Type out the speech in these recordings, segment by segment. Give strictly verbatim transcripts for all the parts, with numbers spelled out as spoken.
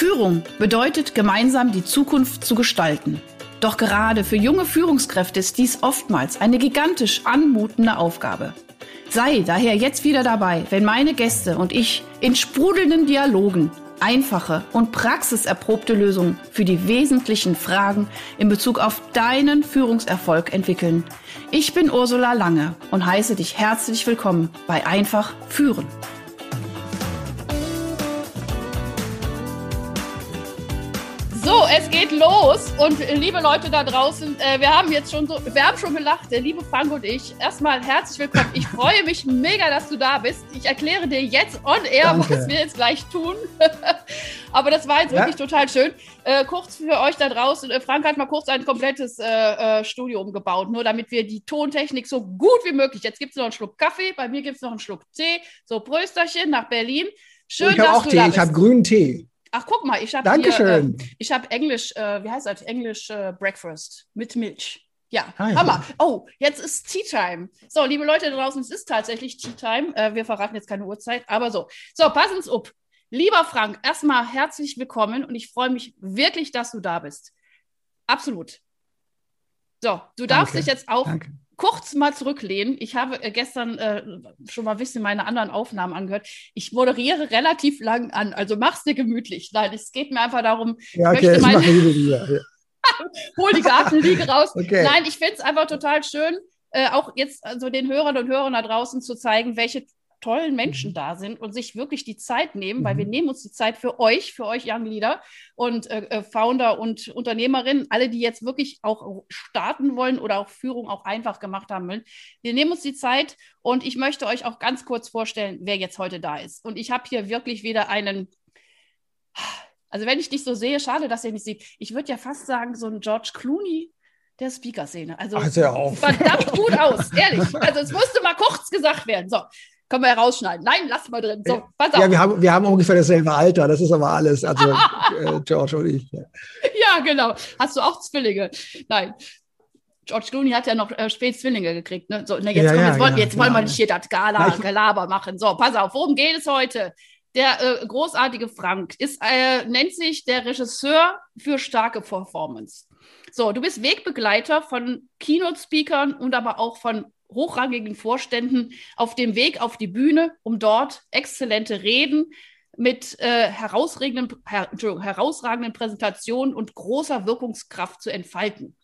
Führung bedeutet, gemeinsam die Zukunft zu gestalten. Doch gerade für junge Führungskräfte ist dies oftmals eine gigantisch anmutende Aufgabe. Sei daher jetzt wieder dabei, wenn meine Gäste und ich in sprudelnden Dialogen einfache und praxiserprobte Lösungen für die wesentlichen Fragen in Bezug auf deinen Führungserfolg entwickeln. Ich bin Ursula Lange und heiße dich herzlich willkommen bei Einfach Führen. So, es geht los und äh, liebe Leute da draußen, äh, wir haben jetzt schon so, wir haben schon gelacht, der liebe Frank und ich. Erstmal herzlich willkommen. Ich freue mich mega, dass du da bist. Ich erkläre dir jetzt on air, Danke. Was wir jetzt gleich tun. Aber das war jetzt ja. wirklich total schön. Äh, kurz für euch da draußen, äh, Frank hat mal kurz ein komplettes äh, äh, Studio umgebaut, nur damit wir die Tontechnik so gut wie möglich. Jetzt gibt es noch einen Schluck Kaffee, bei mir gibt es noch einen Schluck Tee. So, Prösterchen nach Berlin. Schön, ich dass auch du Tee. da bist. Ich habe grünen Tee. Ach, guck mal, ich habe Dankeschön. Hier, äh, ich habe Englisch, äh, wie heißt das? Englisch äh, Breakfast mit Milch. Ja, ah, ja, Hammer. Oh, jetzt ist Tea Time. So, liebe Leute da draußen, es ist tatsächlich Tea Time. Äh, wir verraten jetzt keine Uhrzeit, aber so. So, passen Sie auf. Lieber Frank, erstmal herzlich willkommen und ich freue mich wirklich, dass du da bist. Absolut. So, du darfst Danke. dich jetzt auch Danke. kurz mal zurücklehnen. Ich habe äh, gestern äh, schon mal ein bisschen meine anderen Aufnahmen angehört. Ich moderiere relativ lang an, also mach's dir gemütlich. Nein, es geht mir einfach darum, ja, ich okay, möchte meine... ich mache wieder, ja. Hol die Gartenliege raus. Okay. Nein, ich finde es einfach total schön, äh, auch jetzt also den Hörern und Hörern da draußen zu zeigen, welche tollen Menschen mhm. da sind und sich wirklich die Zeit nehmen, mhm. weil wir nehmen uns die Zeit für euch, für euch Young Leader und äh, Founder und Unternehmerinnen, alle, die jetzt wirklich auch starten wollen oder auch Führung auch einfach gemacht haben wollen. Wir nehmen uns die Zeit und ich möchte euch auch ganz kurz vorstellen, wer jetzt heute da ist. Und ich habe hier wirklich wieder einen, also wenn ich dich so sehe, schade, dass ihr nicht seht, ich würde ja fast sagen, so ein George Clooney der Speaker-Szene. Also Ach, hör auf. verdammt gut aus, ehrlich. Also es musste mal kurz gesagt werden. So. Können wir ja rausschneiden. Nein, lass mal drin. So, pass auf. Ja, wir haben, wir haben ungefähr dasselbe Alter. Das ist aber alles. Also äh, George und ich. Ja. ja, genau. Hast du auch Zwillinge? Nein. George Clooney hat ja noch äh, spät Zwillinge gekriegt. Ne? So, na, jetzt ja, komm, ja, jetzt, wollen, genau, jetzt wollen genau. wir nicht hier das Gala-Gelaber machen. So, pass auf. Worum geht es heute? Der äh, großartige Frank ist, äh, nennt sich der Regisseur für starke Performance. So, du bist Wegbegleiter von Keynote-Speakern und aber auch von hochrangigen Vorständen auf dem Weg auf die Bühne, um dort exzellente Reden mit äh, herausragenden, her, herausragenden Präsentationen und großer Wirkungskraft zu entfalten.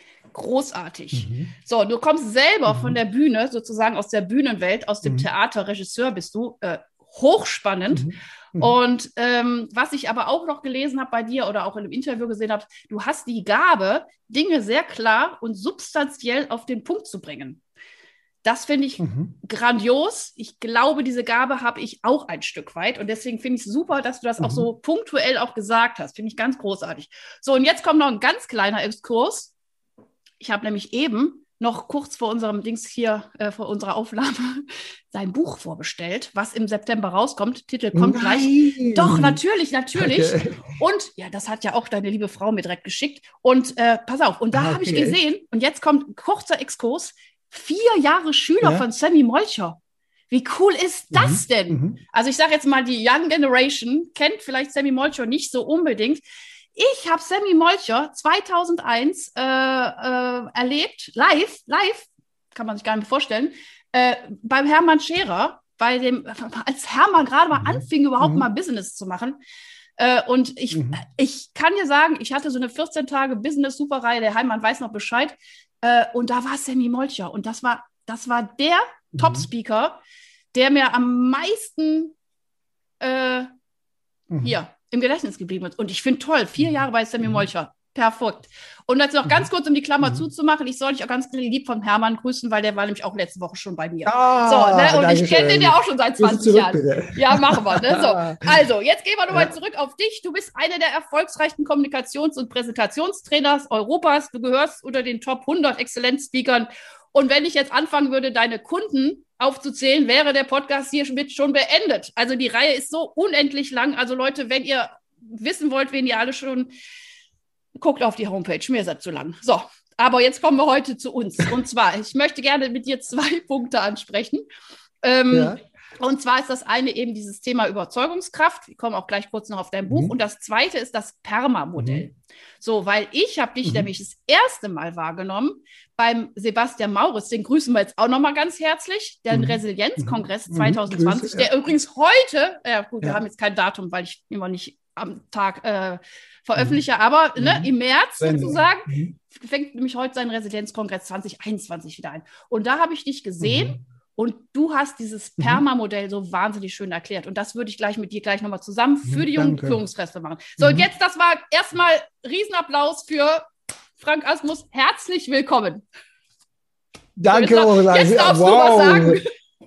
Großartig. Mhm. So, du kommst selber mhm. von der Bühne, sozusagen aus der Bühnenwelt, aus dem mhm. Theater, Regisseur bist du, äh, hochspannend. Mhm. Mhm. Und ähm, was ich aber auch noch gelesen habe bei dir oder auch in einem Interview gesehen habe, du hast die Gabe, Dinge sehr klar und substanziell auf den Punkt zu bringen. Das finde ich mhm. grandios. Ich glaube, diese Gabe habe ich auch ein Stück weit. Und deswegen finde ich es super, dass du das mhm. auch so punktuell auch gesagt hast. Finde ich ganz großartig. So, und jetzt kommt noch ein ganz kleiner Exkurs. Ich habe nämlich eben noch kurz vor unserem Dings hier, äh, vor unserer Aufnahme, sein Buch vorbestellt, was im September rauskommt. Titel kommt Nein. gleich. Doch, natürlich, natürlich. Okay. Und ja, das hat ja auch deine liebe Frau mir direkt geschickt. Und äh, pass auf, und da okay. habe ich gesehen, und jetzt kommt ein kurzer Exkurs, vier Jahre Schüler ja. von Sammy Molcher. Wie cool ist das mhm. denn? Mhm. Also ich sage jetzt mal, die Young Generation kennt vielleicht Sammy Molcher nicht so unbedingt. Ich habe Sammy Molcher zweitausendeins äh, äh, erlebt, live, live, kann man sich gar nicht vorstellen, äh, beim Hermann Scherer, bei dem, als Hermann gerade mal anfing, überhaupt mhm. mal Business zu machen. Äh, und ich, mhm. ich kann dir sagen, ich hatte so eine vierzehn Tage Business-Superreihe, der Heimann weiß noch Bescheid. Äh, und da war Sammy Molcher. Und das war, das war der mhm. Top-Speaker, der mir am meisten äh, mhm. hier im Gedächtnis geblieben ist. Und ich finde toll, vier Jahre bei Sammy Molcher. Perfekt. Und jetzt noch ganz kurz, um die Klammer mhm. zuzumachen, ich soll dich auch ganz lieb von Hermann grüßen, weil der war nämlich auch letzte Woche schon bei mir. Ah, so, ne? Und ich kenne den ja auch schon seit zwanzig zurück, Jahren. Bitte. Ja, machen wir. Ne? So. Also, jetzt gehen wir nochmal ja. zurück auf dich. Du bist einer der erfolgreichsten Kommunikations- und Präsentationstrainers Europas. Du gehörst unter den Top hundert Exzellenzspeakern. Und wenn ich jetzt anfangen würde, deine Kunden aufzuzählen, wäre der Podcast hier mit schon beendet. Also die Reihe ist so unendlich lang. Also Leute, wenn ihr wissen wollt, wen ihr alle schon... Guckt auf die Homepage, mir ist das zu lang. So, aber jetzt kommen wir heute zu uns. Und zwar, ich möchte gerne mit dir zwei Punkte ansprechen. Ähm, ja. Und zwar ist das eine eben dieses Thema Überzeugungskraft. Wir kommen auch gleich kurz noch auf dein Buch. Mhm. Und das zweite ist das PERMA-Modell. Mhm. So, weil ich habe dich mhm. nämlich das erste Mal wahrgenommen beim Sebastian Mauritz. Den grüßen wir jetzt auch nochmal ganz herzlich. Den mhm. Resilienzkongress mhm. zwanzig zwanzig, Grüße, der ja. übrigens heute, ja gut, ja. wir haben jetzt kein Datum, weil ich immer nicht am Tag äh, veröffentliche, mhm. aber mhm. Ne, im März sozusagen mhm. fängt nämlich heute sein Resilienzkongress zwanzig einundzwanzig wieder ein. Und da habe ich dich gesehen. Mhm. Und du hast dieses PERMA-Modell so wahnsinnig schön erklärt. Und das würde ich gleich mit dir gleich nochmal zusammen für die jungen Führungskräfte machen. So, mhm. und jetzt, das war erstmal Riesenapplaus für Frank Asmus. Herzlich willkommen. Danke, so, jetzt, jetzt darfst wow. du was sagen.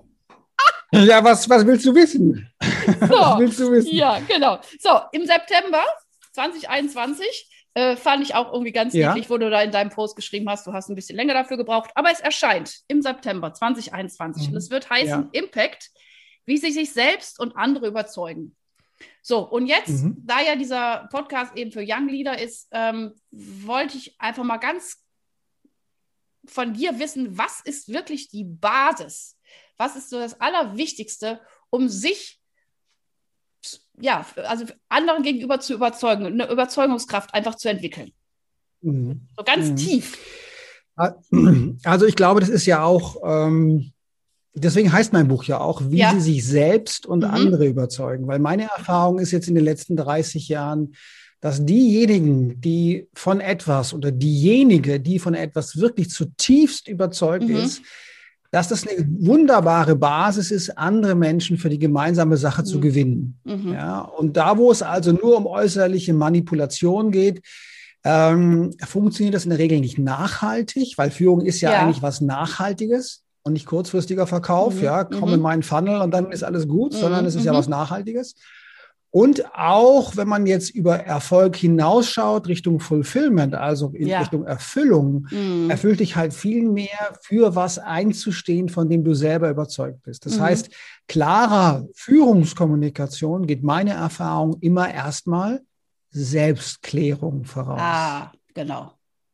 Ja, was, was willst du wissen? So, was willst du wissen? Ja, genau. So, im September zwanzig einundzwanzig Äh, fand ich auch irgendwie ganz ja. niedlich, wo du da in deinem Post geschrieben hast, du hast ein bisschen länger dafür gebraucht, aber es erscheint im September zwanzig einundzwanzig mhm. und es wird heißen ja. Impact, wie sie sich selbst und andere überzeugen. So, und jetzt, mhm. da ja dieser Podcast eben für Young Leader ist, ähm, wollte ich einfach mal ganz von dir wissen, was ist wirklich die Basis? Was ist so das Allerwichtigste, um sich ja, also anderen gegenüber zu überzeugen, eine Überzeugungskraft einfach zu entwickeln. Mhm. So ganz mhm. tief. Also ich glaube, das ist ja auch, ähm, deswegen heißt mein Buch ja auch, wie ja. sie sich selbst und mhm. andere überzeugen. Weil meine Erfahrung ist jetzt in den letzten dreißig Jahren, dass diejenigen, die von etwas oder diejenige, die von etwas wirklich zutiefst überzeugt mhm. ist, dass das eine wunderbare Basis ist, andere Menschen für die gemeinsame Sache mhm. zu gewinnen. Mhm. Ja, und da, wo es also nur um äußerliche Manipulation geht, ähm, funktioniert das in der Regel nicht nachhaltig, weil Führung ist ja, ja. eigentlich was Nachhaltiges und nicht kurzfristiger Verkauf. Mhm. Ja, komm mhm. in meinen Funnel und dann ist alles gut, mhm. sondern es ist mhm. ja was Nachhaltiges. Und auch, wenn man jetzt über Erfolg hinausschaut, Richtung Fulfillment, also in ja. Richtung Erfüllung, mm. erfüllt dich halt viel mehr, für was einzustehen, von dem du selber überzeugt bist. Das mm. heißt, klarer Führungskommunikation geht meine Erfahrung immer erstmal Selbstklärung voraus. Ah, genau.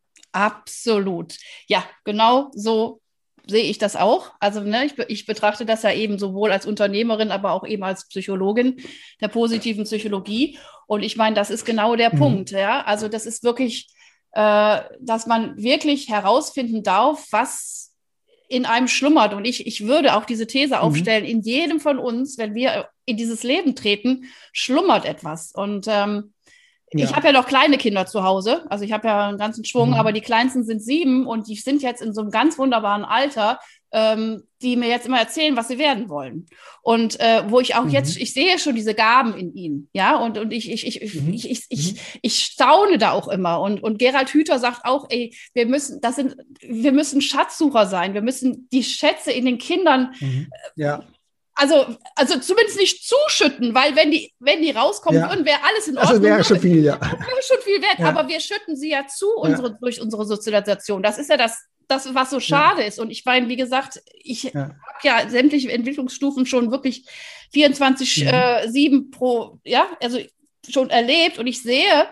Absolut. Ja, genau so sehe ich das auch. Also ne, ich, ich betrachte das ja eben sowohl als Unternehmerin, aber auch eben als Psychologin der positiven Psychologie. Und ich meine, das ist genau der mhm. Punkt. Ja? Also das ist wirklich, äh, dass man wirklich herausfinden darf, was in einem schlummert. Und ich, ich würde auch diese These mhm. aufstellen, in jedem von uns, wenn wir in dieses Leben treten, schlummert etwas. Und ähm, Ja. Ich habe ja noch kleine Kinder zu Hause, also ich habe ja einen ganzen Schwung, mhm. aber die Kleinsten sind sieben und die sind jetzt in so einem ganz wunderbaren Alter, ähm, die mir jetzt immer erzählen, was sie werden wollen. Und äh, wo ich auch mhm. jetzt, ich sehe schon diese Gaben in ihnen, ja, und, und ich, ich, ich, mhm. ich, ich, ich, ich staune da auch immer. Und, und Gerald Hüther sagt auch, ey, wir müssen, das sind, wir müssen Schatzsucher sein, wir müssen die Schätze in den Kindern mhm. ja. Also, also zumindest nicht zuschütten, weil wenn die, wenn die rauskommen ja. würden, wäre alles in Ordnung. Das wäre schon viel, ja. Das wäre schon viel wert, ja. aber wir schütten sie ja zu unsere, ja. durch unsere Sozialisation. Das ist ja das, das was so schade ja. ist. Und ich meine, wie gesagt, ich ja. habe ja sämtliche Entwicklungsstufen schon wirklich vierundzwanzig sieben mhm. äh, pro, ja, also schon erlebt. Und ich sehe,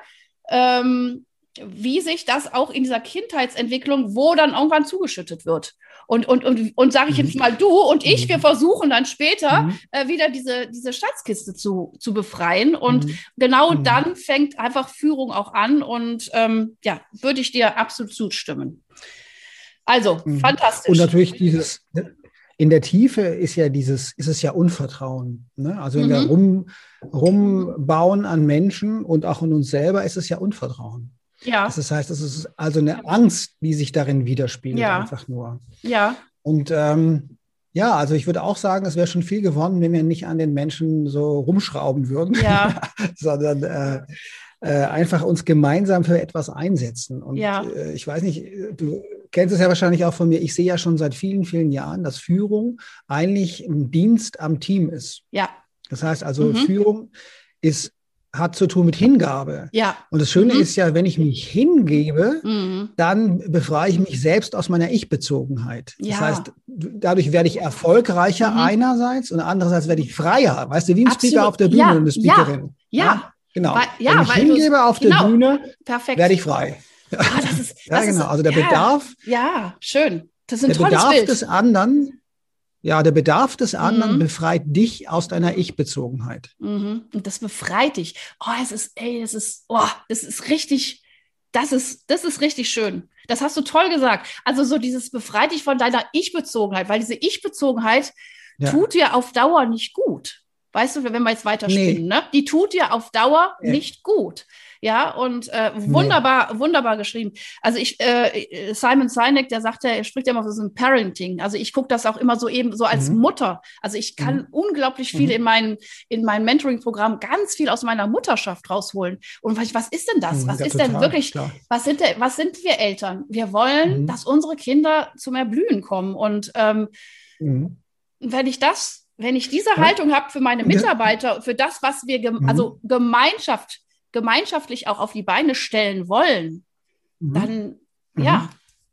ähm, wie sich das auch in dieser Kindheitsentwicklung, wo dann irgendwann zugeschüttet wird. Und, und, und, und sage ich jetzt mal, du und ich, wir versuchen dann später mhm. äh, wieder diese, diese Schatzkiste zu, zu befreien. Und mhm. genau mhm. dann fängt einfach Führung auch an. Und ähm, ja, würde ich dir absolut zustimmen. Also, mhm. fantastisch. Und natürlich dieses, in der Tiefe ist ja dieses, ist es ja Unvertrauen. Ne? Also wenn mhm. wir rum, rumbauen an Menschen und auch an uns selber, ist es ja Unvertrauen. Ja. Das heißt, es ist also eine Angst, die sich darin widerspiegelt, ja. einfach nur. Ja. Und ähm, ja, also ich würde auch sagen, es wäre schon viel gewonnen, wenn wir nicht an den Menschen so rumschrauben würden, ja. sondern äh, äh, einfach uns gemeinsam für etwas einsetzen. Und ja. äh, ich weiß nicht, du kennst es ja wahrscheinlich auch von mir, ich sehe ja schon seit vielen, vielen Jahren, dass Führung eigentlich ein Dienst am Team ist. Ja. Das heißt also, Mhm. Führung ist hat zu tun mit Hingabe. Ja. Und das Schöne Mhm. ist ja, wenn ich mich hingebe, Mhm. dann befreie ich mich selbst aus meiner Ich-Bezogenheit. Das Ja. heißt, dadurch werde ich erfolgreicher Mhm. einerseits und andererseits werde ich freier. Weißt du, wie ein Absolut. Speaker auf der Bühne Ja. und eine Speakerin. Ja. Ja. Genau. Weil, ja, wenn ich weil du- hingebe auf genau. der Bühne, Perfekt. werde ich frei. Ah, das ist, Ja, das genau. Ist, Also der ja. Bedarf, Ja, schön. Das ist ein der tolles Bedarf Bild. des anderen, Ja, der Bedarf des anderen Mhm. befreit dich aus deiner Ich-Bezogenheit. Mhm. Und das befreit dich. Oh, es ist, ey, das ist, oh, das ist richtig, das ist, das ist richtig schön. Das hast du toll gesagt. Also so dieses befreit dich von deiner Ich-Bezogenheit, weil diese Ich-Bezogenheit Ja. tut dir auf Dauer nicht gut. Weißt du, wenn wir jetzt weiter Nee. spinnen, ne? Die tut dir auf Dauer Nee. nicht gut. Ja, und äh, wunderbar, nee. wunderbar geschrieben. Also ich, äh, Simon Sinek, der sagt ja, er spricht ja immer von so einem Parenting. Also ich gucke das auch immer so eben so als mhm. Mutter. Also ich kann mhm. unglaublich viel mhm. in meinen in meinem Mentoring-Programm ganz viel aus meiner Mutterschaft rausholen. Und was, was ist denn das? Was ja, ist total, denn wirklich, klar. was sind, was sind wir Eltern? Wir wollen, mhm. dass unsere Kinder zum Erblühen kommen. Und ähm, mhm. wenn ich das, wenn ich diese ja. Haltung habe für meine Mitarbeiter, für das, was wir, gem- mhm. also Gemeinschaft, gemeinschaftlich auch auf die Beine stellen wollen, mhm. dann, mhm. ja.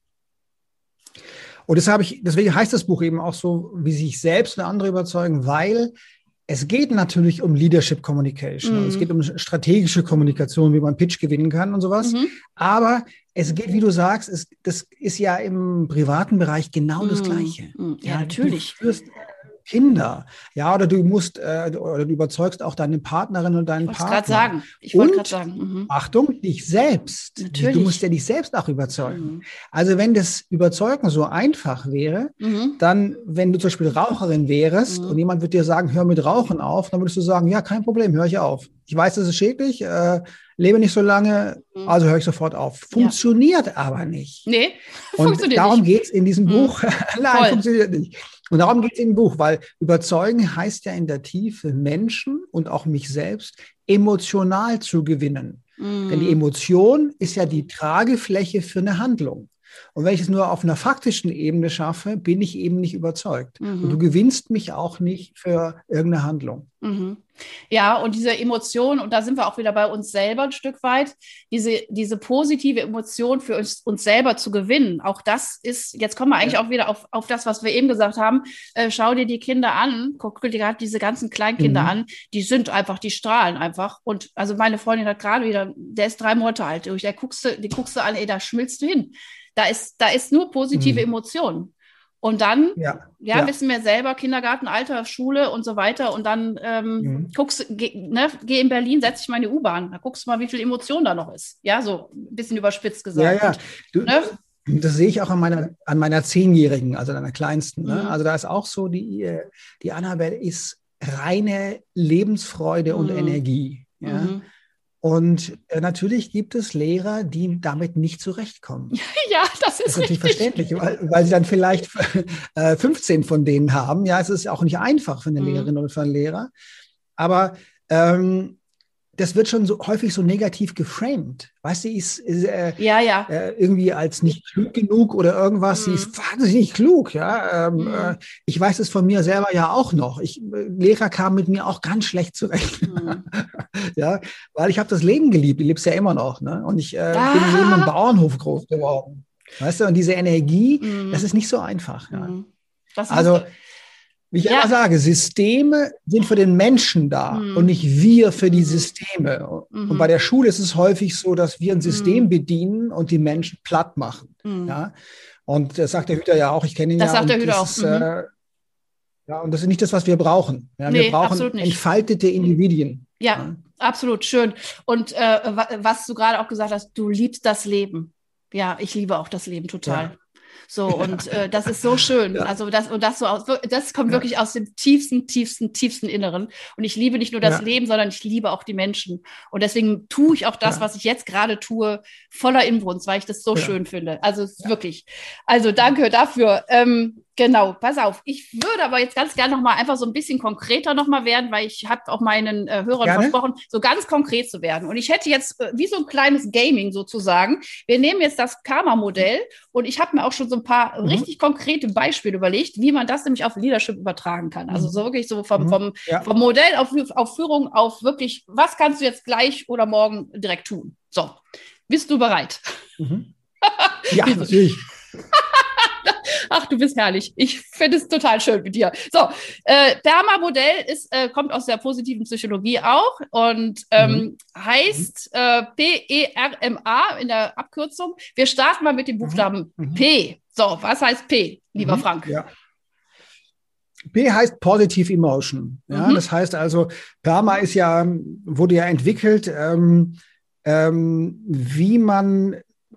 Und das habe ich, deswegen heißt das Buch eben auch so, wie sich selbst und andere überzeugen, weil es geht natürlich um Leadership Communication. Mhm. Also es geht um strategische Kommunikation, wie man Pitch gewinnen kann und sowas. Mhm. Aber es geht, wie du sagst, es, das ist ja im privaten Bereich genau mhm. das Gleiche. Mhm. Ja, ja, natürlich. Du führst Kinder, ja, oder du musst, äh, oder du überzeugst auch deine Partnerin und deinen ich Partner. Ich sagen. Ich wollte gerade sagen. Mhm. Achtung, dich selbst. Natürlich. Du musst ja dich selbst auch überzeugen. Mhm. Also wenn das Überzeugen so einfach wäre, mhm. dann, wenn du zum Beispiel Raucherin wärst mhm. und jemand würde dir sagen, hör mit Rauchen auf, dann würdest du sagen, ja, kein Problem, höre ich auf. Ich weiß, das ist schädlich, äh, lebe nicht so lange, mhm. also höre ich sofort auf. Funktioniert ja. aber nicht. Nee, und funktioniert darum nicht. geht es in diesem mhm. Buch. Nein, Voll. funktioniert nicht. Und darum geht es im Buch, weil überzeugen heißt ja in der Tiefe, Menschen und auch mich selbst emotional zu gewinnen. Mm. Denn die Emotion ist ja die Tragefläche für eine Handlung. Und wenn ich es nur auf einer faktischen Ebene schaffe, bin ich eben nicht überzeugt. Mhm. Und du gewinnst mich auch nicht für irgendeine Handlung. Mhm. Ja, und diese Emotion, und da sind wir auch wieder bei uns selber ein Stück weit, diese, diese positive Emotion für uns, uns selber zu gewinnen. Auch das ist, jetzt kommen wir eigentlich ja. auch wieder auf, auf das, was wir eben gesagt haben. Äh, schau dir die Kinder an, guck dir gerade diese ganzen Kleinkinder mhm. an, die sind einfach, die strahlen einfach. Und also meine Freundin hat gerade wieder, der ist drei Monate alt, der guckst du, die guckst du an, ey, da schmilzt du hin. Da ist, da ist nur positive mhm. Emotion. Und dann, ja, ja, ja, wissen wir selber, Kindergartenalter, Schule und so weiter. Und dann ähm, mhm. guckst, geh, ne, geh in Berlin, setz dich mal in die U-Bahn. Da guckst du mal, wie viel Emotion da noch ist. Ja, so ein bisschen überspitzt gesagt. Ja, ja. Du, ne? Das sehe ich auch an meiner, an meiner Zehnjährigen, also an einer Kleinsten. Ne? Mhm. Also da ist auch so, die, die Annabelle ist reine Lebensfreude mhm. und Energie. Ja. Mhm. Und äh, natürlich gibt es Lehrer, die damit nicht zurechtkommen. Ja, das ist, das ist natürlich verständlich, weil, weil sie dann vielleicht äh, fünfzehn von denen haben. Ja, es ist auch nicht einfach für eine mhm. Lehrerin oder für einen Lehrer. Aber ähm, das wird schon so häufig so negativ geframed. Weißt du, ist, ist äh, ja, ja. Äh, irgendwie als nicht klug genug oder irgendwas. Mhm. Sie ist wahnsinnig klug. Ja, ähm, mhm. äh, ich weiß es von mir selber ja auch noch. Ich, äh, Lehrer kamen mit mir auch ganz schlecht zurecht. Mhm. Ja, weil ich habe das Leben geliebt. Ich liebe es ja immer noch. Ne? Und ich äh, ah. bin neben einem Bauernhof groß geworden. Weißt du, und diese Energie, mhm. das ist nicht so einfach. Ja. Mhm. Das also wie ich ja. immer sage, Systeme sind für den Menschen da mhm. und nicht wir für die Systeme. Mhm. Und bei der Schule ist es häufig so, dass wir ein System mhm. bedienen und die Menschen platt machen. Mhm. Ja? Und das sagt der Hüter ja auch, ich kenne ihn das ja. Das sagt der Hüter auch. Ist, mhm. äh, ja, und das ist nicht das, was wir brauchen. Ja, nee, wir brauchen entfaltete Individuen. Ja, ja, absolut schön. Und äh, was du gerade auch gesagt hast, du liebst das Leben. Ja, ich liebe auch das Leben total. Ja. So, und äh, das ist so schön. Ja. Also das und das so aus, das kommt ja. wirklich aus dem tiefsten, tiefsten, tiefsten Inneren. Und ich liebe nicht nur das ja. Leben, sondern ich liebe auch die Menschen. Und deswegen tue ich auch das, ja. was ich jetzt gerade tue, voller Inbrunst, weil ich das so ja. schön finde. Also ja. wirklich. Also danke dafür. Ähm, Genau, pass auf. Ich würde aber jetzt ganz gerne noch mal einfach so ein bisschen konkreter noch mal werden, weil ich habe auch meinen äh, Hörern gerne. versprochen, so ganz konkret zu werden. Und ich hätte jetzt äh, wie so ein kleines Gaming sozusagen. Wir nehmen jetzt das Karma-Modell und ich habe mir auch schon so ein paar mhm. richtig konkrete Beispiele überlegt, wie man das nämlich auf Leadership übertragen kann. Also so wirklich so vom, vom, ja. vom Modell auf, auf Führung auf wirklich, was kannst du jetzt gleich oder morgen direkt tun? So, bist du bereit? Mhm. Ja, natürlich. Ach, du bist herrlich. Ich finde es total schön mit dir. So, äh, Karma-Modell ist, äh, kommt aus der positiven Psychologie auch und ähm, mhm. heißt äh, P E R M A in der Abkürzung. Wir starten mal mit dem Buchstaben mhm. P. So, was heißt P, lieber mhm. Frank? Ja. P heißt Positive Emotion. Ja, mhm. Das heißt also, PERMA ist ja, wurde ja entwickelt, ähm, ähm, wie man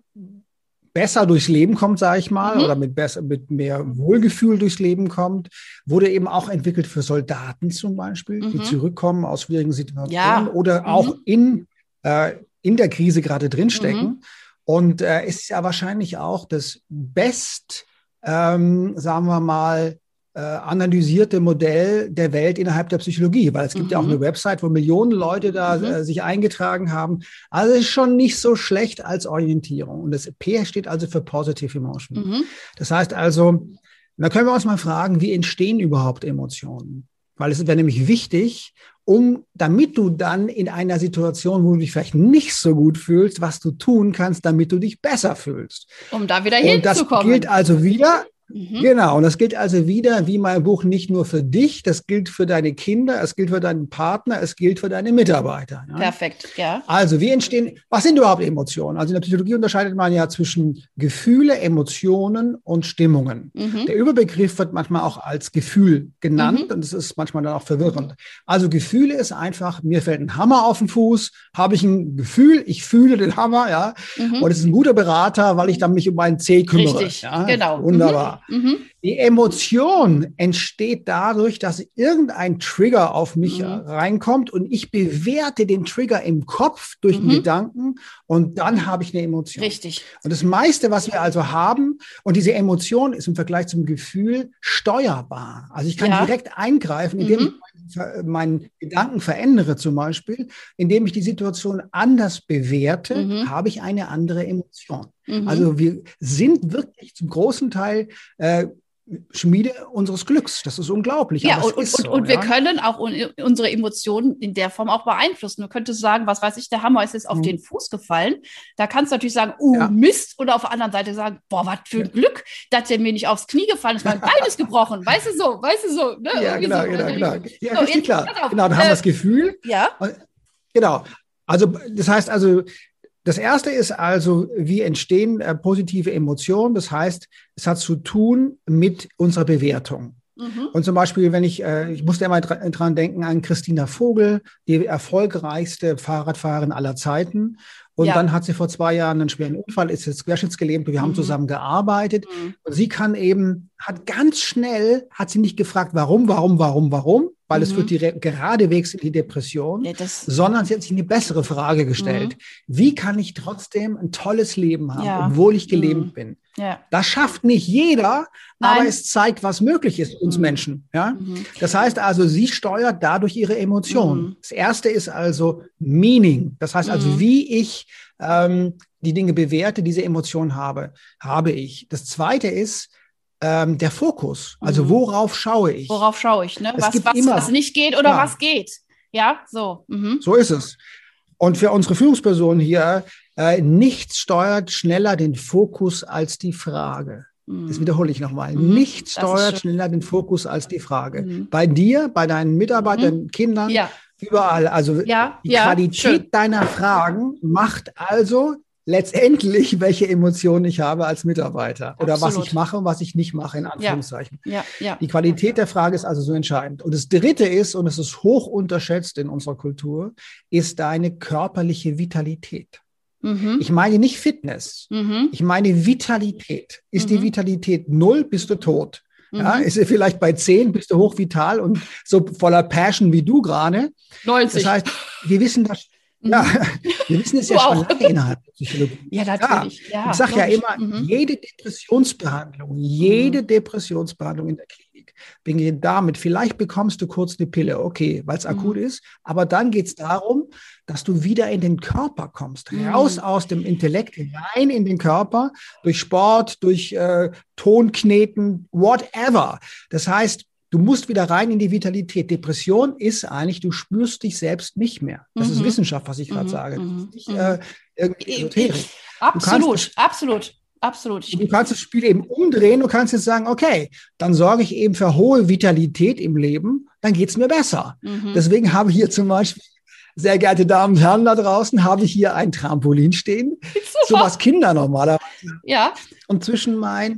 besser durchs Leben kommt, sage ich mal, mhm. oder mit, besser, mit mehr Wohlgefühl durchs Leben kommt. Wurde eben auch entwickelt für Soldaten zum Beispiel, mhm. die zurückkommen aus schwierigen Situationen ja. oder mhm. auch in, äh, in der Krise gerade drinstecken. Mhm. Und äh, ist ja wahrscheinlich auch das best, ähm, sagen wir mal, äh, analysierte Modell der Welt innerhalb der Psychologie, weil es gibt mhm. ja auch eine Website, wo Millionen Leute da mhm. äh, sich eingetragen haben. Also es ist schon nicht so schlecht als Orientierung. Und das P steht also für Positive Emotion. Mhm. Das heißt also, da können wir uns mal fragen, wie entstehen überhaupt Emotionen? Weil es wäre nämlich wichtig, um, damit du dann in einer Situation, wo du dich vielleicht nicht so gut fühlst, was du tun kannst, damit du dich besser fühlst. Um da wieder hinzukommen. Und das gilt also wieder, mhm. genau, und das gilt also wieder, wie mein Buch, nicht nur für dich, das gilt für deine Kinder, es gilt für deinen Partner, es gilt für deine Mitarbeiter. Ja? Perfekt, ja. Also, wie entstehen, was sind überhaupt Emotionen? Also in der Psychologie unterscheidet man ja zwischen Gefühle, Emotionen und Stimmungen. Mhm. Der Überbegriff wird manchmal auch als Gefühl genannt mhm. und das ist manchmal dann auch verwirrend. Also Gefühle ist einfach, mir fällt ein Hammer auf den Fuß, habe ich ein Gefühl, ich fühle den Hammer, ja, mhm. und es ist ein guter Berater, weil ich dann mich um meinen Zeh kümmere. Richtig, ja? genau. Wunderbar. Mhm. Die Emotion entsteht dadurch, dass irgendein Trigger auf mich mhm. reinkommt und ich bewerte den Trigger im Kopf durch mhm. den Gedanken und dann habe ich eine Emotion. Richtig. Und das meiste, was wir also haben, und diese Emotion ist im Vergleich zum Gefühl steuerbar. Also ich kann ja. direkt eingreifen, indem mhm. ich meinen Gedanken verändere zum Beispiel, indem ich die Situation anders bewerte, mhm. habe ich eine andere Emotion. Mhm. Also wir sind wirklich zum großen Teil äh, Schmiede unseres Glücks. Das ist unglaublich. Ja, und, ist und, so, und ja? wir können auch un unsere Emotionen in der Form auch beeinflussen. Du könntest sagen, was weiß ich, der Hammer ist jetzt auf mhm. den Fuß gefallen. Da kannst du natürlich sagen, oh, ja. Mist. Oder auf der anderen Seite sagen, boah, was für ein ja. Glück, dass der mir nicht aufs Knie gefallen ist, mein Bein ist gebrochen. Weißt du so, weißt du so. Ne? Ja, Irgendwie genau, so, genau, genau. Ja, so, richtig jetzt, klar. Genau, dann äh, haben wir das Gefühl. Ja. Und, genau. Also, das heißt also, das erste ist also, wie entstehen äh, positive Emotionen? Das heißt, es hat zu tun mit unserer Bewertung. Mhm. Und zum Beispiel, wenn ich, äh, ich musste immer dra dran denken an Christina Vogel, die erfolgreichste Fahrradfahrerin aller Zeiten. Und ja. dann hat sie vor zwei Jahren einen schweren Unfall, ist jetzt querschnittsgelähmt. Wir haben mhm. zusammen gearbeitet. Mhm. Und sie kann eben, hat ganz schnell, hat sie nicht gefragt, warum, warum, warum, warum, weil mhm. es führt direkt geradewegs in die Depression, ja, das, sondern sie hat sich eine bessere Frage gestellt. Mhm. Wie kann ich trotzdem ein tolles Leben haben, ja. obwohl ich gelähmt mhm. bin? Ja. Das schafft nicht jeder, Nein. aber es zeigt, was möglich ist, uns mhm. Menschen. Ja? Mhm. Das heißt also, sie steuert dadurch ihre Emotionen. Mhm. Das erste ist also Meaning. Das heißt also, mhm. wie ich ähm, die Dinge bewerte, diese Emotionen habe, habe ich. Das zweite ist ähm, der Fokus. Also, worauf schaue ich? Worauf schaue ich, ne? Es Was, gibt was, immer, was nicht geht oder ja. was geht. Ja, so. Mhm. So ist es. Und für unsere Führungspersonen hier, äh, nichts steuert schneller den Fokus als die Frage. Mhm. Das wiederhole ich nochmal. Mhm. Nichts steuert schneller den Fokus als die Frage. Mhm. Bei dir, bei deinen Mitarbeitern, mhm. Kindern, ja. überall. Also ja. die ja. Qualität Schön. deiner Fragen macht also letztendlich, welche Emotionen ich habe als Mitarbeiter oder Absolut. was ich mache und was ich nicht mache, in Anführungszeichen. Ja. Ja. Ja. Die Qualität der Frage ist also so entscheidend. Und das Dritte ist, und es ist hoch unterschätzt in unserer Kultur, ist deine körperliche Vitalität. Mhm. Ich meine nicht Fitness, mhm. ich meine Vitalität. Ist mhm. die Vitalität null, bist du tot. Mhm. Ja, ist sie vielleicht bei zehn, bist du hochvital und so voller Passion wie du gerade. neunzig. Das heißt, wir wissen das. Ja, wir wissen es ja du schon auch. lange innerhalb der Psychologie. Ja, natürlich. Ja, ja, ich sage ja immer, mhm. jede Depressionsbehandlung, jede mhm. Depressionsbehandlung in der Klinik beginnt damit, vielleicht bekommst du kurz eine Pille, okay, weil es mhm. akut ist, aber dann geht es darum, dass du wieder in den Körper kommst, mhm. raus aus dem Intellekt, rein in den Körper, durch Sport, durch äh, Tonkneten, whatever. Das heißt, du musst wieder rein in die Vitalität. Depression ist eigentlich, du spürst dich selbst nicht mehr. Das mhm. ist Wissenschaft, was ich gerade mhm. sage. Das ist nicht äh, irgendwie Esoterik. Absolut, absolut, absolut. Du kannst das Spiel eben umdrehen. Du kannst jetzt sagen, okay, dann sorge ich eben für hohe Vitalität im Leben, dann geht es mir besser. Mhm. Deswegen habe ich hier zum Beispiel, sehr geehrte Damen und Herren da draußen, habe ich hier ein Trampolin stehen. So was Kinder normalerweise. Ja. Und zwischen meinen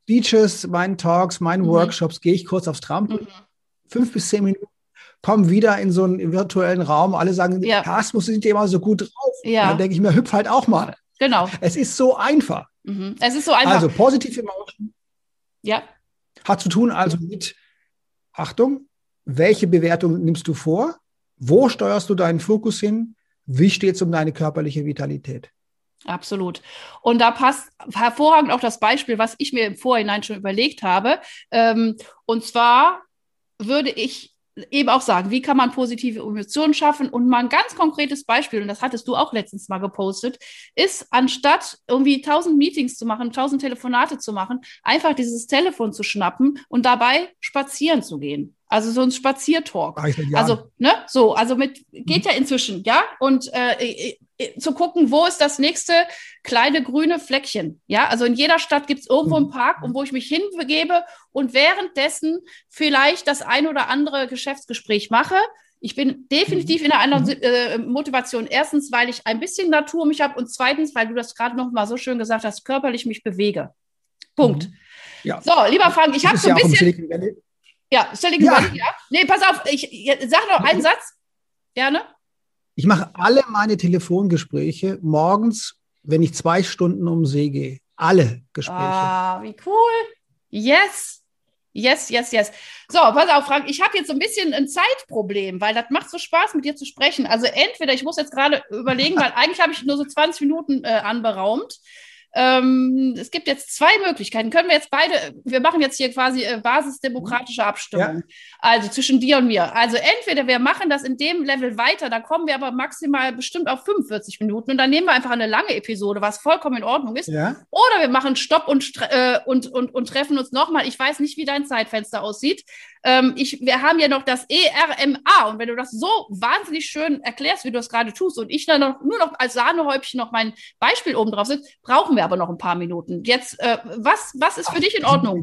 Speeches, meinen Talks, meinen mhm. Workshops gehe ich kurz aufs Trampolin, mhm. fünf bis zehn Minuten, komme wieder in so einen virtuellen Raum. Alle sagen, ja. Carsten, sind die immer so gut drauf. Ja. Dann denke ich mir, hüpf halt auch mal. Genau. Es ist so einfach. Mhm. Es ist so einfach. Also Positive Emotion ja. hat zu tun also mit, Achtung, welche Bewertung nimmst du vor? Wo steuerst du deinen Fokus hin? Wie steht es um deine körperliche Vitalität? Absolut. Und da passt hervorragend auch das Beispiel, was ich mir im Vorhinein schon überlegt habe. Ähm, und zwar würde ich eben auch sagen, wie kann man positive Emotionen schaffen? Und mal ein ganz konkretes Beispiel, und das hattest du auch letztens mal gepostet, ist, anstatt irgendwie tausend Meetings zu machen, tausend Telefonate zu machen, einfach dieses Telefon zu schnappen und dabei spazieren zu gehen. Also so ein Spaziertalk. Also, ne, so, also mit, geht ja inzwischen, ja, und äh, zu gucken, wo ist das nächste kleine grüne Fleckchen, ja, also in jeder Stadt gibt es irgendwo einen Park, um wo ich mich hinbegebe und währenddessen vielleicht das ein oder andere Geschäftsgespräch mache. Ich bin definitiv in einer anderen äh, Motivation. Erstens, weil ich ein bisschen Natur um mich habe und zweitens, weil du das gerade noch mal so schön gesagt hast, körperlich mich bewege. Punkt. Ja. So, lieber Frank, ich habe so ein ja bisschen... Ja, Silicon ja. Valley, ja. Nee, pass auf, ich, ich sag noch einen Satz. Gerne. Ich mache alle meine Telefongespräche morgens, wenn ich zwei Stunden um den See gehe. Alle Gespräche. Ah, wie cool. Yes. Yes, yes, yes. So, pass auf, Frank, ich habe jetzt so ein bisschen ein Zeitproblem, weil das macht so Spaß, mit dir zu sprechen. Also entweder, ich muss jetzt gerade überlegen, weil eigentlich habe ich nur so zwanzig Minuten äh, anberaumt. Ähm, es gibt jetzt zwei Möglichkeiten. Können wir jetzt beide, wir machen jetzt hier quasi äh, basisdemokratische Abstimmung. Ja. Also zwischen dir und mir. Also entweder wir machen das in dem Level weiter, dann kommen wir aber maximal bestimmt auf fünfundvierzig Minuten und dann nehmen wir einfach eine lange Episode, was vollkommen in Ordnung ist. Ja. Oder wir machen Stopp und, äh, und, und, und treffen uns nochmal. Ich weiß nicht, wie dein Zeitfenster aussieht. Ähm, ich, wir haben ja noch das E R M A und wenn du das so wahnsinnig schön erklärst, wie du es gerade tust und ich dann noch, nur noch als Sahnehäubchen noch mein Beispiel oben drauf sitze, brauchen wir aber noch ein paar Minuten. Jetzt, äh, was, was ist für dich in Ordnung?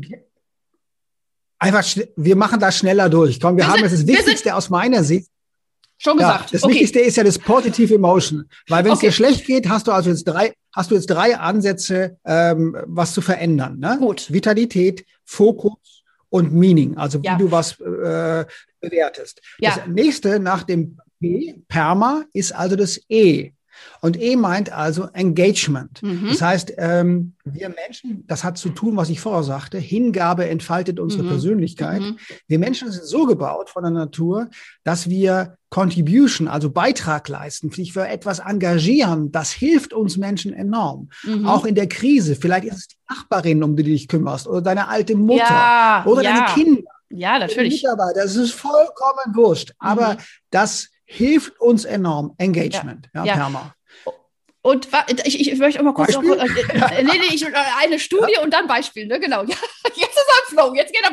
Einfach, wir machen das schneller durch. Komm, wir, wir haben sind, das Wichtigste aus meiner Sicht. Schon gesagt. Ja, das okay. Wichtigste ist ja das Positive Emotion. Weil wenn es okay. dir schlecht geht, hast du also jetzt drei, hast du jetzt drei Ansätze, ähm, was zu verändern. Ne? Gut. Vitalität, Fokus und Meaning, also wie ja. du was äh, bewertest. Ja. Das nächste nach dem P, Perma, ist also das E. Und E meint also Engagement. Mhm. Das heißt, ähm, wir Menschen, das hat zu tun, was ich vorher sagte, Hingabe entfaltet unsere mhm. Persönlichkeit. Mhm. Wir Menschen sind so gebaut von der Natur, dass wir Contribution, also Beitrag leisten, sich für etwas engagieren. Das hilft uns Menschen enorm. Mhm. Auch in der Krise. Vielleicht ist es die Nachbarin, um die du dich kümmerst, oder deine alte Mutter ja, oder ja. deine Kinder. Ja, natürlich. Mitarbeiter. Das ist vollkommen wurscht. Mhm. Aber das hilft uns enorm. Engagement, ja, ja, ja. Perma. Und ich, ich möchte auch mal kurz noch, äh, äh, nee, nee, ich, eine Studie ja. und dann Beispiel, ne? Genau. Ja, jetzt ist er im Flow, jetzt geht er.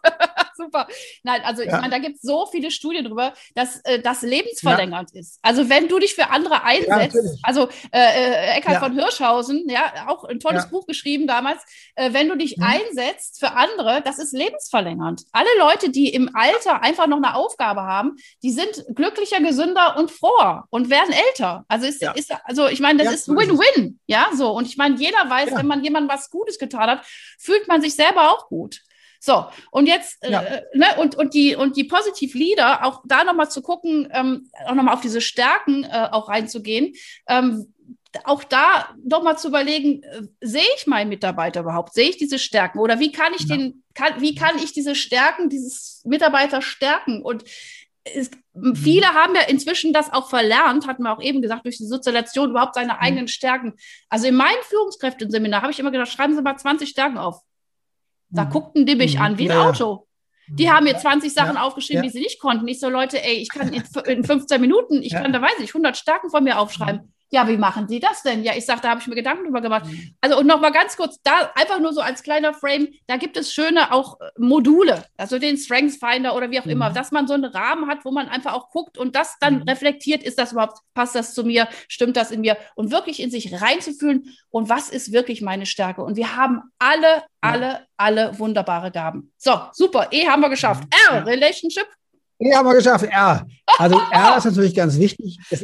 Super. Nein, also ja. ich meine, da gibt es so viele Studien drüber, dass äh, das lebensverlängernd ja. ist. Also wenn du dich für andere einsetzt, ja, also äh, Eckhard ja. von Hirschhausen, ja, auch ein tolles ja. Buch geschrieben damals, äh, wenn du dich mhm. einsetzt für andere, das ist lebensverlängernd. Alle Leute, die im Alter einfach noch eine Aufgabe haben, die sind glücklicher, gesünder und froher und werden älter. Also ist, ja. ist also ich meine, das ja, ist Win-Win, ja, so. Und ich meine, jeder weiß, ja. wenn man jemandem was Gutes getan hat, fühlt man sich selber auch gut. So, und jetzt, ja. äh, ne, und, und die, und die Positive Leader, auch da nochmal zu gucken, ähm, auch nochmal auf diese Stärken äh, auch reinzugehen, ähm, auch da nochmal zu überlegen, äh, sehe ich meinen Mitarbeiter überhaupt? Sehe ich diese Stärken? Oder wie kann ich ja. den, kann, wie kann ich diese Stärken, dieses Mitarbeiter stärken? Und es, viele haben ja inzwischen das auch verlernt, hatten wir auch eben gesagt, durch die Sozialisation überhaupt seine eigenen Stärken. Also in meinem Führungskräfteseminar habe ich immer gedacht, schreiben Sie mal zwanzig Stärken auf. Da mhm. guckten die mich mhm. an, wie ein ja, Auto. Die haben mir zwanzig Sachen ja, aufgeschrieben, ja. die sie nicht konnten. Ich so, Leute, ey, ich kann in, in fünfzehn Minuten, ich ja. kann da, weiß ich, hundert Stärken von mir aufschreiben. Mhm. Ja, wie machen die das denn? Ja, ich sag, da habe ich mir Gedanken drüber gemacht. Mhm. Also und noch mal ganz kurz, da einfach nur so als kleiner Frame, da gibt es schöne auch Module, also den Strengths Finder oder wie auch mhm. immer, dass man so einen Rahmen hat, wo man einfach auch guckt und das dann mhm. reflektiert, ist das überhaupt, passt das zu mir, stimmt das in mir und wirklich in sich reinzufühlen und was ist wirklich meine Stärke? Und wir haben alle, alle, ja. alle wunderbare Gaben. So, super, E haben wir geschafft. R, Relationship. E haben wir geschafft, R. Also R ist natürlich ganz wichtig. Es ist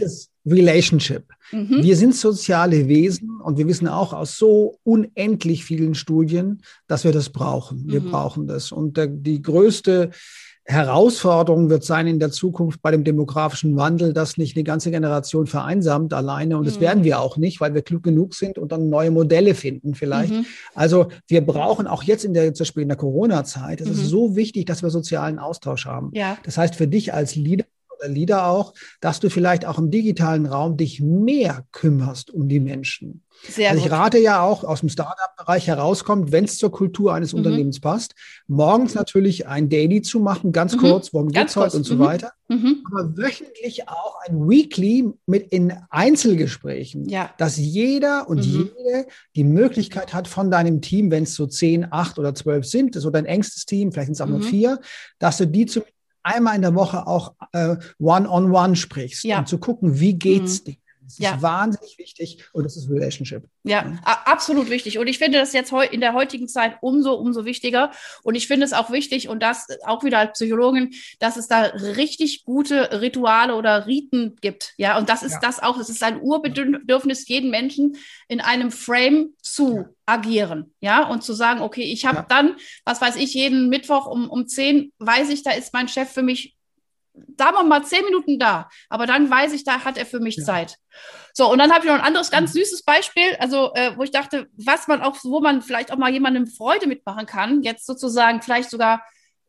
Relationship. Mhm. Wir sind soziale Wesen und wir wissen auch aus so unendlich vielen Studien, dass wir das brauchen. Wir mhm. brauchen das. Und der, die größte Herausforderung wird sein in der Zukunft bei dem demografischen Wandel, dass nicht eine ganze Generation vereinsamt alleine. Und das mhm. werden wir auch nicht, weil wir klug genug sind und dann neue Modelle finden vielleicht. Mhm. Also wir brauchen auch jetzt in der, zum Beispiel in der Corona-Zeit, es mhm. ist so wichtig, dass wir sozialen Austausch haben. Ja. Das heißt für dich als Leader oder Leader auch, dass du vielleicht auch im digitalen Raum dich mehr kümmerst um die Menschen. Sehr also ich gut. rate ja auch, aus dem Startup-Bereich herauskommt, wenn es zur Kultur eines mhm. Unternehmens passt, morgens natürlich ein Daily zu machen, ganz mhm. kurz, worum geht's heute und so mhm. weiter, mhm. aber wöchentlich auch ein Weekly mit in Einzelgesprächen, ja. dass jeder und mhm. jede die Möglichkeit hat von deinem Team, wenn es so zehn, acht oder zwölf sind, das ist so dein engstes Team, vielleicht sind es auch mhm. nur vier, dass du die zum einmal in der Woche auch äh, one-on-one sprichst, ja. um zu gucken, wie geht's mhm. dir. Das ja. ist wahnsinnig wichtig und das ist Relationship. Ja, ja, absolut wichtig. Und ich finde das jetzt in der heutigen Zeit umso, umso wichtiger. Und ich finde es auch wichtig, und das auch wieder als Psychologin, dass es da richtig gute Rituale oder Riten gibt. Ja, und das ist ja. das auch, es ist ein Urbedürfnis jeden Menschen, in einem Frame zu ja. agieren. Ja, und zu sagen, okay, ich habe ja. dann, was weiß ich, jeden Mittwoch um, um zehn, weiß ich, da ist mein Chef für mich, sagen wir mal, zehn Minuten da. Aber dann weiß ich, da hat er für mich ja. Zeit. So, und dann habe ich noch ein anderes ganz süßes Beispiel, also äh, wo ich dachte, was man auch, wo man vielleicht auch mal jemandem Freude mitmachen kann, jetzt sozusagen vielleicht sogar,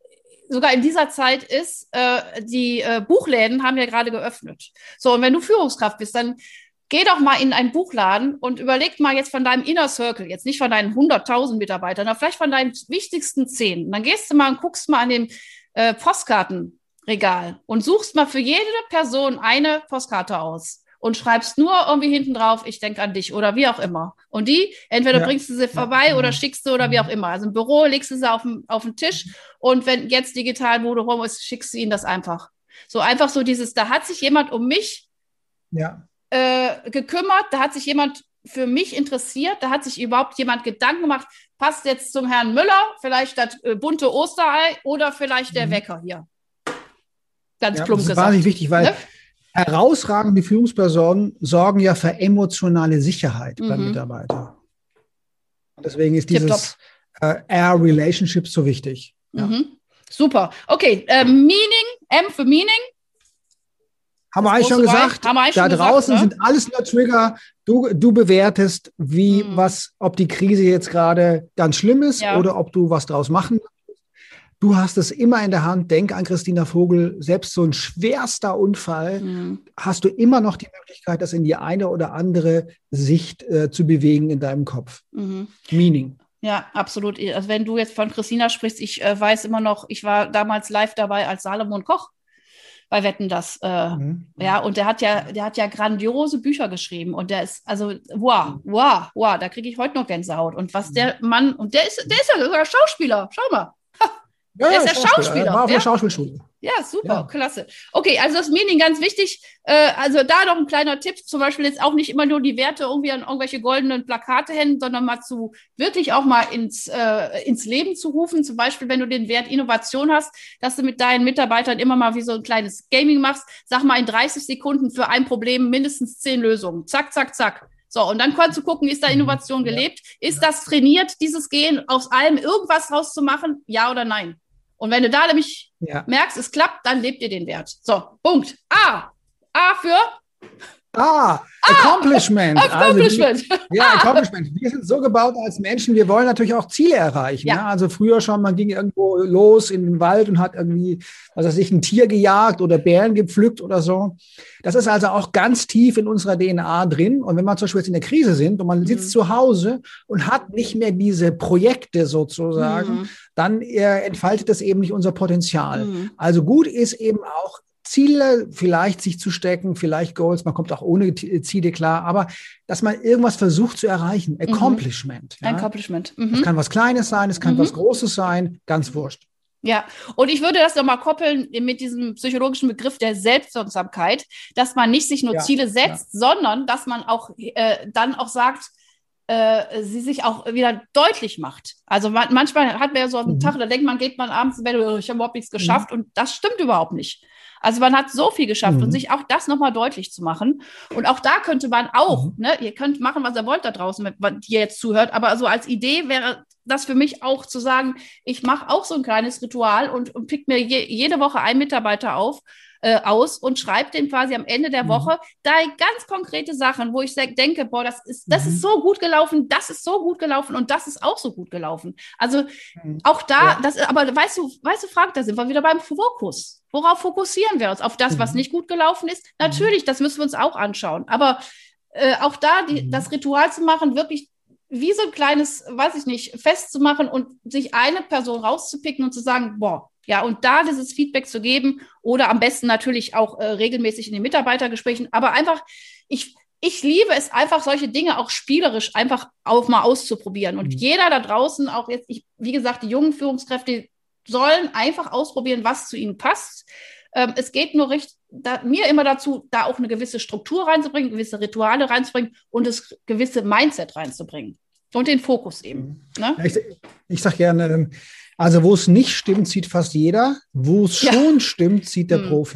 sogar in dieser Zeit ist, äh, die äh, Buchläden haben ja gerade geöffnet. So, und wenn du Führungskraft bist, dann geh doch mal in einen Buchladen und überleg mal jetzt von deinem Inner Circle, jetzt nicht von deinen hunderttausend Mitarbeitern, aber vielleicht von deinen wichtigsten zehn. Und dann gehst du mal und guckst mal an dem äh, Postkarten Regal und suchst mal für jede Person eine Postkarte aus und schreibst nur irgendwie hinten drauf, ich denke an dich oder wie auch immer. Und die, entweder ja. bringst du sie vorbei ja. oder schickst du oder wie auch immer. Also im Büro legst du sie auf den, auf den Tisch und wenn jetzt digital Mode rum ist, schickst du ihnen das einfach. So einfach so dieses, da hat sich jemand um mich ja. äh, gekümmert, da hat sich jemand für mich interessiert, da hat sich überhaupt jemand Gedanken gemacht, passt jetzt zum Herrn Müller, vielleicht das äh, bunte Osterei oder vielleicht der mhm. Wecker hier. Ganz ja, plump gesagt. Das ist wahnsinnig wichtig, weil ne? herausragende Führungspersonen sorgen ja für emotionale Sicherheit mhm. beim Mitarbeiter. Und deswegen ist dieses äh, R-Relationship so wichtig. Ja. Mhm. Super. Okay, äh, Meaning, M für Meaning. Haben wir eigentlich schon gesagt, eigentlich da schon draußen gesagt, sind alles nur Trigger. Du, du bewertest, wie, mhm. was, ob die Krise jetzt gerade ganz schlimm ist ja. oder ob du was draus machen kannst. Du hast es immer in der Hand. Denk an Christina Vogel. Selbst so ein schwerster Unfall mhm. hast du immer noch die Möglichkeit, das in die eine oder andere Sicht äh, zu bewegen in deinem Kopf. Mhm. Meaning. Ja, absolut. Also wenn du jetzt von Christina sprichst, ich äh, weiß immer noch, ich war damals live dabei als Salomon Koch bei Wetten, das, äh, mhm. ja, und der hat ja, der hat ja grandiose Bücher geschrieben und der ist, also, wow, wow, wow, da kriege ich heute noch Gänsehaut. Und was der Mann, und der ist, der ist ja sogar Schauspieler, schau mal. Ja, der ist der Schauspieler. Schauspieler. War auf ja? der Schauspielschule. Ja, super, ja. klasse. Okay, also das Meaning ganz wichtig. Äh, also da noch ein kleiner Tipp, zum Beispiel jetzt auch nicht immer nur die Werte irgendwie an irgendwelche goldenen Plakate hängen, sondern mal zu, wirklich auch mal ins, äh, ins Leben zu rufen. Zum Beispiel, wenn du den Wert Innovation hast, dass du mit deinen Mitarbeitern immer mal wie so ein kleines Gaming machst. Sag mal in dreißig Sekunden für ein Problem mindestens zehn Lösungen. Zack, zack, zack. So, und dann kannst du gucken, ist da Innovation gelebt? Ist das trainiert, dieses Gehen, aus allem irgendwas rauszumachen? Ja oder nein? Und wenn du da nämlich ja. merkst, es klappt, dann lebt ihr den Wert. So, Punkt. A. A für? Ah, Accomplishment. Ah, Accomplishment. Also, ja, Accomplishment. Wir sind so gebaut als Menschen, wir wollen natürlich auch Ziele erreichen. Ja. Ne? Also früher schon, man ging irgendwo los in den Wald und hat irgendwie, was weiß ich, ein Tier gejagt oder Bären gepflückt oder so. Das ist also auch ganz tief in unserer D N A drin. Und wenn man zum Beispiel jetzt in der Krise sind und man sitzt mhm. zu Hause und hat nicht mehr diese Projekte sozusagen, mhm. dann äh, entfaltet das eben nicht unser Potenzial. Mhm. Also gut ist eben auch, Ziele vielleicht sich zu stecken, vielleicht Goals, man kommt auch ohne Ziele klar, aber dass man irgendwas versucht zu erreichen. Accomplishment. Mhm. Ja? Accomplishment. Mhm. Es kann was Kleines sein, es kann mhm. was Großes sein, ganz wurscht. Ja, und ich würde das nochmal koppeln mit diesem psychologischen Begriff der Selbstwirksamkeit, dass man nicht sich nur ja, Ziele setzt, ja. sondern dass man auch äh, dann auch sagt, äh, sie sich auch wieder deutlich macht. Also man, manchmal hat man ja so einen mhm. Tag, da denkt man, geht man abends im Bett, ich habe überhaupt nichts geschafft mhm. und das stimmt überhaupt nicht. Also man hat so viel geschafft Mhm. und sich auch das nochmal deutlich zu machen. Und auch da könnte man auch, Mhm. ne, ihr könnt machen, was ihr wollt da draußen, wenn ihr jetzt zuhört, aber so als Idee wäre das für mich auch zu sagen, ich mache auch so ein kleines Ritual und, und pick mir je, jede Woche einen Mitarbeiter auf, äh, aus und schreibe den quasi am Ende der Mhm. Woche drei ganz konkrete Sachen, wo ich denke, boah, das ist, das Mhm. ist so gut gelaufen, das ist so gut gelaufen und das ist auch so gut gelaufen. Also Mhm. auch da, Ja. das, aber weißt du, weißt du, Frank, da sind wir wieder beim Fokus. Worauf fokussieren wir uns? Auf das, was Mhm. nicht gut gelaufen ist? Natürlich, das müssen wir uns auch anschauen. Aber äh, auch da die, Mhm. das Ritual zu machen, wirklich wie so ein kleines, weiß ich nicht, festzumachen und sich eine Person rauszupicken und zu sagen, boah, ja, und da dieses Feedback zu geben oder am besten natürlich auch äh, regelmäßig in den Mitarbeitergesprächen, aber einfach, ich, ich liebe es einfach, solche Dinge auch spielerisch einfach auch mal auszuprobieren. Und Mhm. jeder da draußen, auch jetzt, ich, wie gesagt, die jungen Führungskräfte sollen einfach ausprobieren, was zu ihnen passt. Ähm, es geht nur recht, da, mir immer dazu, da auch eine gewisse Struktur reinzubringen, gewisse Rituale reinzubringen und das gewisse Mindset reinzubringen. Und den Fokus eben. Ne? Ja, ich ich sage gerne, also wo es nicht stimmt, zieht fast jeder. Wo es Ja. schon stimmt, zieht der Hm. Profi.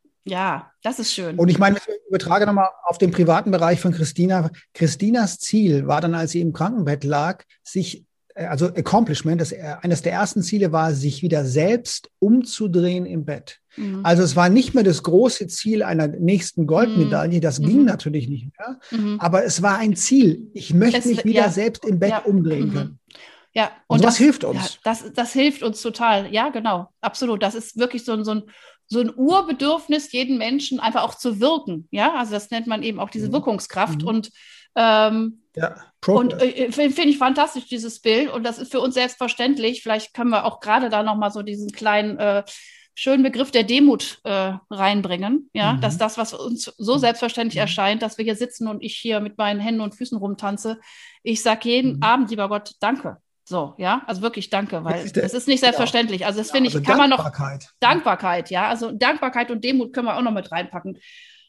Ja, das ist schön. Und ich meine, ich übertrage nochmal auf den privaten Bereich von Christina. Christinas Ziel war dann, als sie im Krankenbett lag, sich, also Accomplishment, das, eines der ersten Ziele war, sich wieder selbst umzudrehen im Bett. Mhm. Also es war nicht mehr das große Ziel einer nächsten Goldmedaille, das Mhm. ging natürlich nicht mehr, Mhm. aber es war ein Ziel. Ich möchte Es- mich wieder ja. selbst im Bett Ja. umdrehen Mhm. können. Ja, Und das hilft uns. Ja, das, das hilft uns total. Ja, genau. Absolut. Das ist wirklich so ein, so ein, so ein Urbedürfnis, jeden Menschen einfach auch zu wirken. Ja, also das nennt man eben auch diese Mhm. Wirkungskraft. Mhm. Und, ähm, Ja, und Progress. äh, finde find ich fantastisch, dieses Bild. Und das ist für uns selbstverständlich. Vielleicht können wir auch gerade da nochmal so diesen kleinen äh, schönen Begriff der Demut äh, reinbringen. Ja, Mhm. dass das, was uns so selbstverständlich Mhm. erscheint, dass wir hier sitzen und ich hier mit meinen Händen und Füßen rumtanze. Ich sage jeden Mhm. Abend, lieber Gott, danke. So, ja, also wirklich danke, weil Ist der- es ist nicht selbstverständlich. Also das Ja, finde ich, also kann man noch, Dankbarkeit. Dankbarkeit, ja, also Dankbarkeit und Demut können wir auch noch mit reinpacken.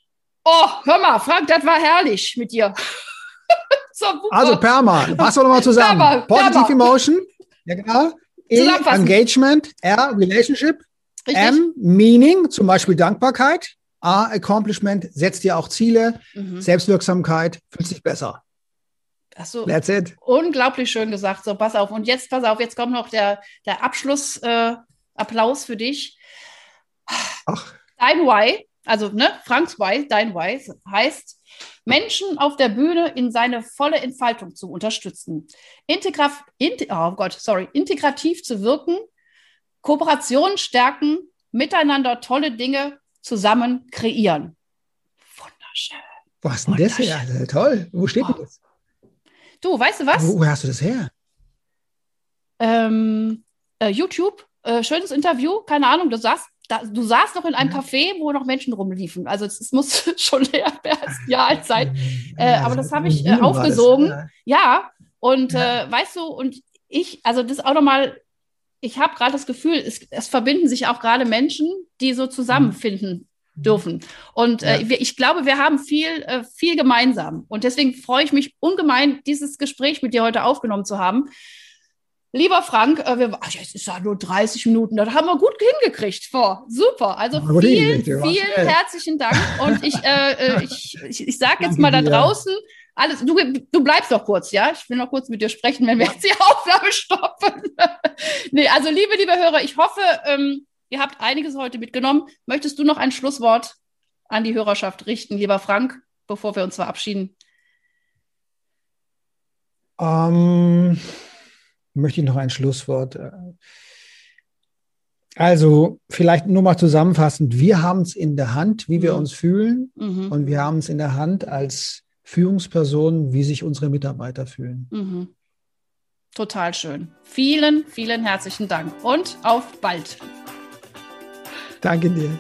Oh, hör mal, Frank, das war herrlich mit dir. So, super. Also Perma, fassen wir nochmal zusammen. Perma, Positive Perma. Emotion, ja genau. E, Zusammenfassen. Engagement, R, Relationship, Richtig? M, Meaning, zum Beispiel Dankbarkeit, A, Accomplishment, setzt dir auch Ziele, Mhm. Selbstwirksamkeit, fühlt sich besser. Ach so, That's it. unglaublich schön gesagt. So, pass auf. Und jetzt, pass auf, jetzt kommt noch der, der Abschluss-Applaus äh, Applaus für dich. Ach, Dein Why, also ne, Franks Why, dein Why heißt, Menschen auf der Bühne in seine volle Entfaltung zu unterstützen. Integraf, int, oh Gott, sorry, integrativ zu wirken, Kooperation stärken, miteinander tolle Dinge zusammen kreieren. Wunderschön. wo hast denn das her? Also, toll. Wo steht denn das? Du, weißt du was? Wo, wo hast du das her? Ähm, äh, YouTube, äh, schönes Interview, keine Ahnung, du saßt, da, du saßt noch in einem Ja. Café, wo noch Menschen rumliefen. Also es, es muss schon mehr als ein Jahr alt sein. Ja, Äh, aber das habe ich äh, Wien war aufgesogen. das, Ja, und Ja. äh, weißt du, und ich, also das auch nochmal, ich habe gerade das Gefühl, es, es verbinden sich auch gerade Menschen, die so zusammenfinden dürfen. Und äh, Ja. wir, ich glaube, wir haben viel, äh, viel gemeinsam. Und deswegen freue ich mich ungemein, dieses Gespräch mit dir heute aufgenommen zu haben. Lieber Frank, äh, wir, ach, jetzt ist ja nur dreißig Minuten, das haben wir gut hingekriegt. Vor. Super. Also Haben wir gut vielen, hingekriegt, wir waren vielen schnell. herzlichen Dank. Und ich, äh, äh, ich, ich, ich sage jetzt Danke mal da dir. draußen, alles, du, du bleibst doch kurz, ja? Ich will noch kurz mit dir sprechen, wenn wir jetzt die Aufnahme stoppen. Nee, also liebe, liebe Hörer, ich hoffe, ähm, ihr habt einiges heute mitgenommen. Möchtest du noch ein Schlusswort an die Hörerschaft richten, lieber Frank, bevor wir uns verabschieden? Ähm, möchte ich noch ein Schlusswort. Also vielleicht nur mal zusammenfassend. Wir haben es in der Hand, wie wir Mhm. uns fühlen. Mhm. Und wir haben es in der Hand als Führungspersonen, wie sich unsere Mitarbeiter fühlen. Mhm. Total schön. Vielen, vielen herzlichen Dank und auf bald. Danke dir.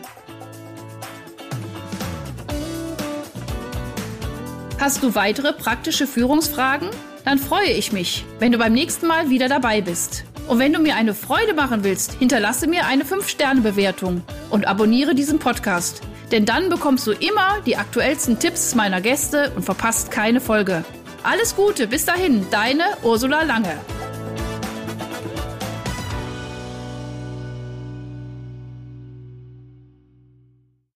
Hast du weitere praktische Führungsfragen? Dann freue ich mich, wenn du beim nächsten Mal wieder dabei bist. Und wenn du mir eine Freude machen willst, hinterlasse mir eine fünf Sterne Bewertung und abonniere diesen Podcast. Denn dann bekommst du immer die aktuellsten Tipps meiner Gäste und verpasst keine Folge. Alles Gute, bis dahin, deine Ursula Lange.